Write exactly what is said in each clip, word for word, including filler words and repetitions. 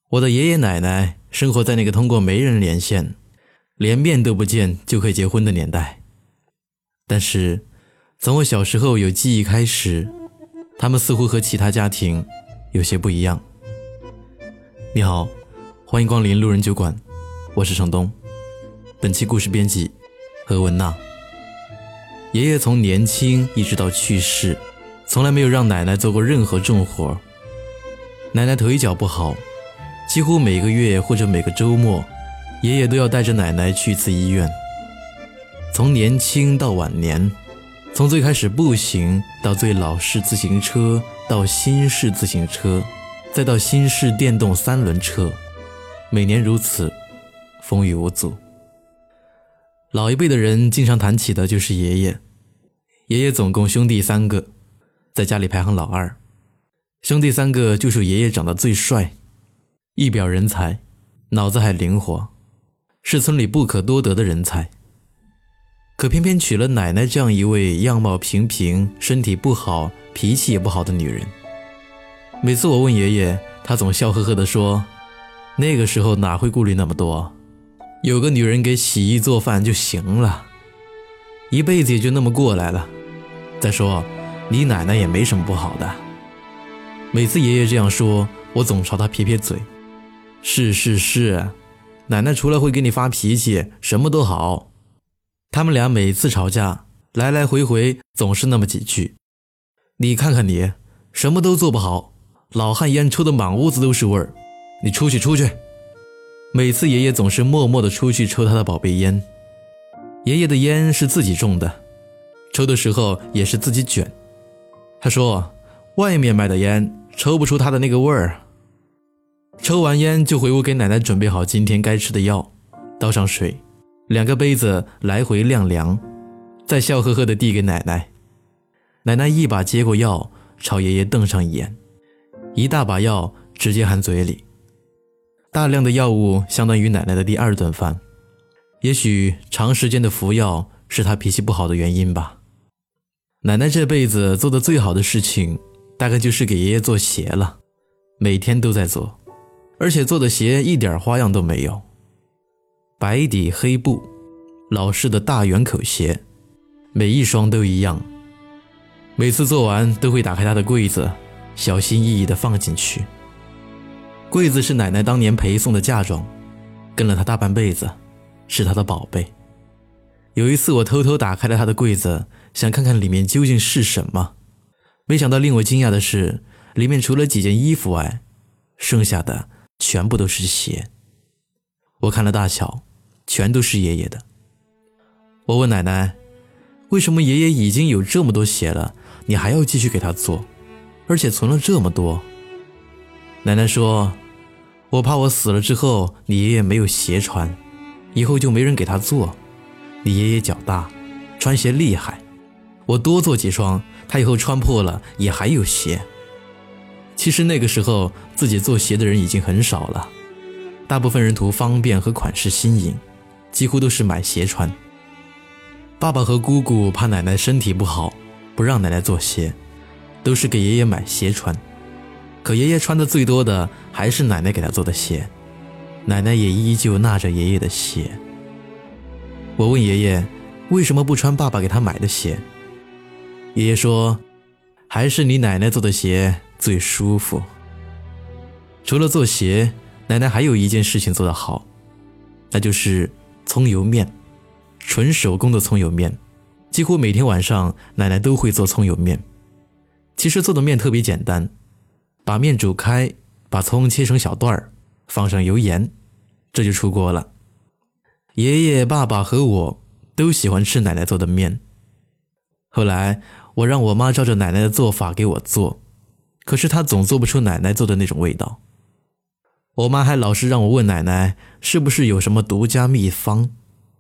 我的爷爷奶奶生活在那个通过媒人连线，连面都不见就可以结婚的年代。但是从我小时候有记忆开始，他们似乎和其他家庭有些不一样。你好，欢迎光临路人酒馆，我是程东。本期故事编辑何文娜。爷爷从年轻一直到去世，从来没有让奶奶做过任何重活。奶奶腿脚不好，几乎每个月或者每个周末，爷爷都要带着奶奶去一次医院。从年轻到晚年，从最开始步行到最老式自行车，到新式自行车，再到新式电动三轮车，每年如此，风雨无阻。老一辈的人经常谈起的就是爷爷。爷爷总共兄弟三个，在家里排行老二。兄弟三个就属爷爷长得最帅，一表人才，脑子还灵活，是村里不可多得的人才。可偏偏娶了奶奶这样一位样貌平平、身体不好、脾气也不好的女人。每次我问爷爷，他总笑呵呵地说，那个时候哪会顾虑那么多，有个女人给洗衣做饭就行了，一辈子也就那么过来了。再说你奶奶也没什么不好的。每次爷爷这样说，我总朝他撇撇嘴，是是是，奶奶除了会给你发脾气，什么都好。他们俩每次吵架，来来回回总是那么几句。你看看你，什么都做不好，老汉烟抽得满屋子都是味儿，你出去出去。每次爷爷总是默默地出去抽他的宝贝烟。爷爷的烟是自己种的，抽的时候也是自己卷。他说，外面卖的烟抽不出他的那个味儿。抽完烟就回屋给奶奶准备好今天该吃的药，倒上水，两个杯子来回晾凉，再笑呵呵地递给奶奶。奶奶一把接过药，朝爷爷瞪上一眼，一大把药直接含嘴里。大量的药物相当于奶奶的第二顿饭，也许长时间的服药是她脾气不好的原因吧。奶奶这辈子做的最好的事情，大概就是给爷爷做鞋了，每天都在做，而且做的鞋一点花样都没有。白底黑布，老式的大圆口鞋，每一双都一样。每次做完都会打开她的柜子，小心翼翼地放进去。柜子是奶奶当年陪送的嫁妆，跟了她大半辈子，是她的宝贝。有一次我偷偷打开了她的柜子，想看看里面究竟是什么，没想到令我惊讶的是，里面除了几件衣服外，剩下的全部都是鞋。我看了大小，全都是爷爷的。我问奶奶，为什么爷爷已经有这么多鞋了，你还要继续给他做，而且存了这么多？奶奶说，我怕我死了之后你爷爷没有鞋穿，以后就没人给他做。你爷爷脚大，穿鞋厉害，我多做几双，他以后穿破了也还有鞋。其实那个时候自己做鞋的人已经很少了，大部分人图方便和款式新颖，几乎都是买鞋穿。爸爸和姑姑怕奶奶身体不好，不让奶奶做鞋，都是给爷爷买鞋穿。可爷爷穿的最多的还是奶奶给他做的鞋，奶奶也依旧纳着爷爷的鞋。我问爷爷，为什么不穿爸爸给他买的鞋？爷爷说，还是你奶奶做的鞋最舒服。除了做鞋，奶奶还有一件事情做得好，那就是葱油面，纯手工的葱油面。几乎每天晚上奶奶都会做葱油面。其实做的面特别简单，把面煮开，把葱切成小段儿，放上油盐，这就出锅了。爷爷、爸爸和我都喜欢吃奶奶做的面。后来我让我妈照着奶奶的做法给我做，可是她总做不出奶奶做的那种味道。我妈还老是让我问奶奶是不是有什么独家秘方。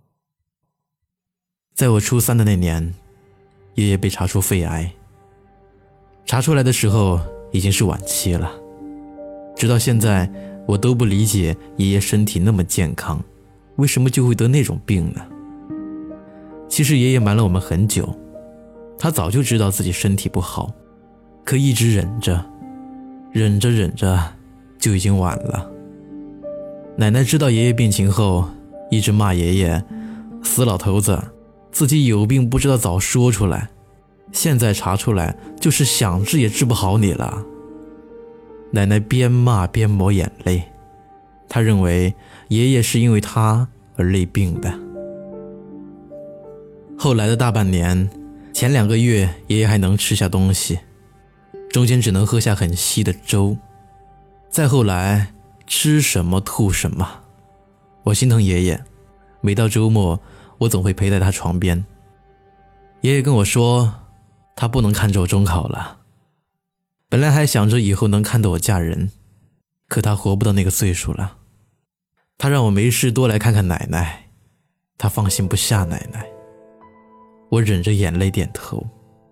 在我初三的那年，爷爷被查出肺癌，查出来的时候已经是晚期了。直到现在我都不理解爷爷身体那么健康，为什么就会得那种病呢？其实爷爷瞒了我们很久，他早就知道自己身体不好，可一直忍着，忍着忍着就已经晚了。 奶奶知道爷爷病情后，一直骂爷爷，死老头子，自己有病不知道早说出来，现在查出来就是想治也治不好你了。奶奶边骂边抹眼泪，她认为爷爷是因为她而累病的。后来的大半年，前两个月爷爷还能吃下东西，中间只能喝下很稀的粥，再后来吃什么吐什么。我心疼爷爷，每到周末我总会陪在他床边。爷爷跟我说，他不能看着我中考了，本来还想着以后能看到我嫁人，可他活不到那个岁数了。他让我没事多来看看奶奶，他放心不下奶奶。我忍着眼泪点头。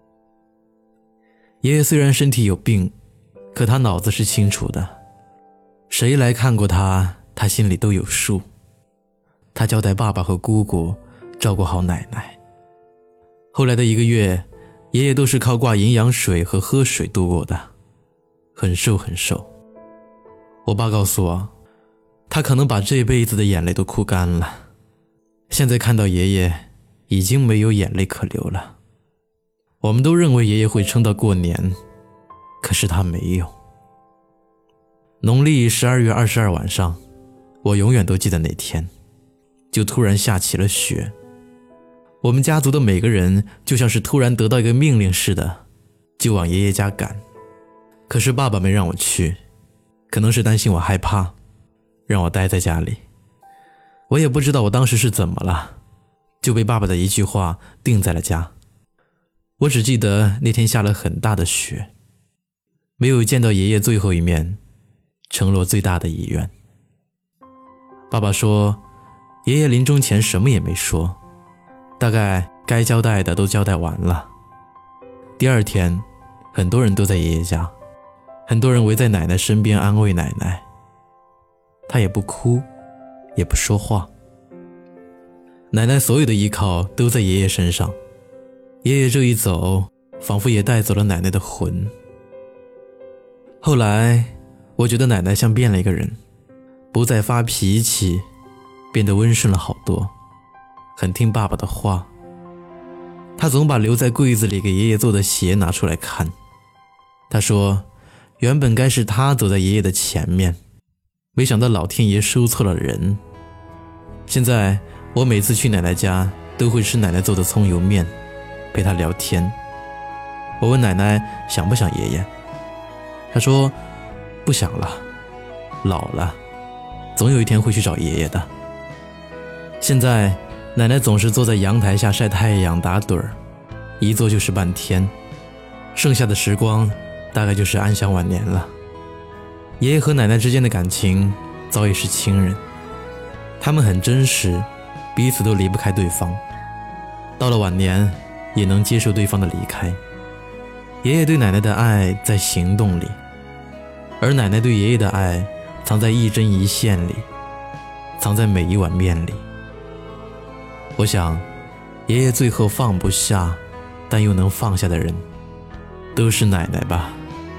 爷爷虽然身体有病，可他脑子是清楚的，谁来看过他，他心里都有数。他交代爸爸和姑姑照顾好奶奶。后来的一个月，爷爷都是靠挂营养水和喝水度过的，很瘦很瘦。我爸告诉我，他可能把这辈子的眼泪都哭干了，现在看到爷爷已经没有眼泪可流了。我们都认为爷爷会撑到过年，可是他没有。农历十二月二十二晚上，我永远都记得那天，就突然下起了雪。我们家族的每个人就像是突然得到一个命令似的，就往爷爷家赶。可是爸爸没让我去，可能是担心我害怕，让我待在家里。我也不知道我当时是怎么了，就被爸爸的一句话定在了家。我只记得那天下了很大的雪，没有见到爷爷最后一面，成了我最大的遗愿。爸爸说，爷爷临终前什么也没说，大概该交代的都交代完了。第二天，很多人都在爷爷家，很多人围在奶奶身边安慰奶奶，她也不哭，也不说话。奶奶所有的依靠都在爷爷身上，爷爷这一走，仿佛也带走了奶奶的魂。后来我觉得奶奶像变了一个人，不再发脾气，变得温顺了好多，很听爸爸的话。她总把留在柜子里给爷爷做的鞋拿出来看。她说，原本该是她走在爷爷的前面，没想到老天爷收错了人。现在我每次去奶奶家都会吃奶奶做的葱油面，陪她聊天。我问奶奶想不想爷爷，她说不想了，老了，总有一天会去找爷爷的。现在奶奶总是坐在阳台下晒太阳打盹儿，一坐就是半天，剩下的时光大概就是安享晚年了。爷爷和奶奶之间的感情早已是亲人，他们很真实，彼此都离不开对方，到了晚年也能接受对方的离开。爷爷对奶奶的爱在行动里，而奶奶对爷爷的爱藏在一针一线里，藏在每一碗面里。我想，爷爷最后放不下，但又能放下的人，都是奶奶吧。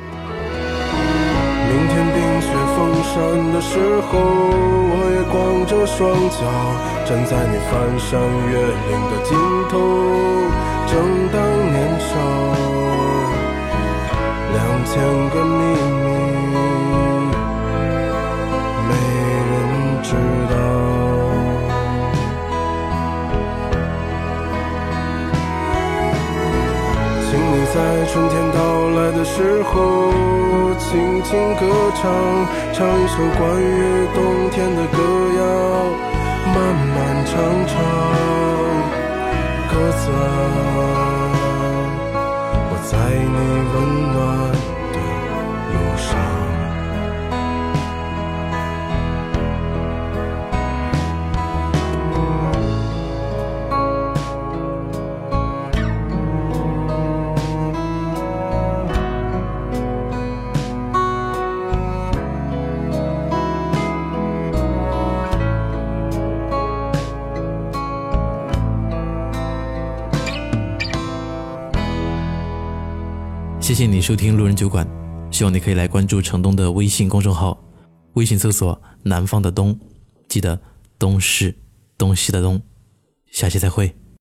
明天冰雪封山的时候，我也光着双脚站在你翻山越岭的尽头，正当年少，两千个秘密没人知道。请你在春天到来的时候轻轻歌唱，唱一首关于冬天的歌谣，漫漫长长。鸽子啊，我在你温暖的路上。 谢谢你收听路人酒馆，希望你可以来关注程东的微信公众号，微信搜索南方的东， 记得东是东西的东。下期再会。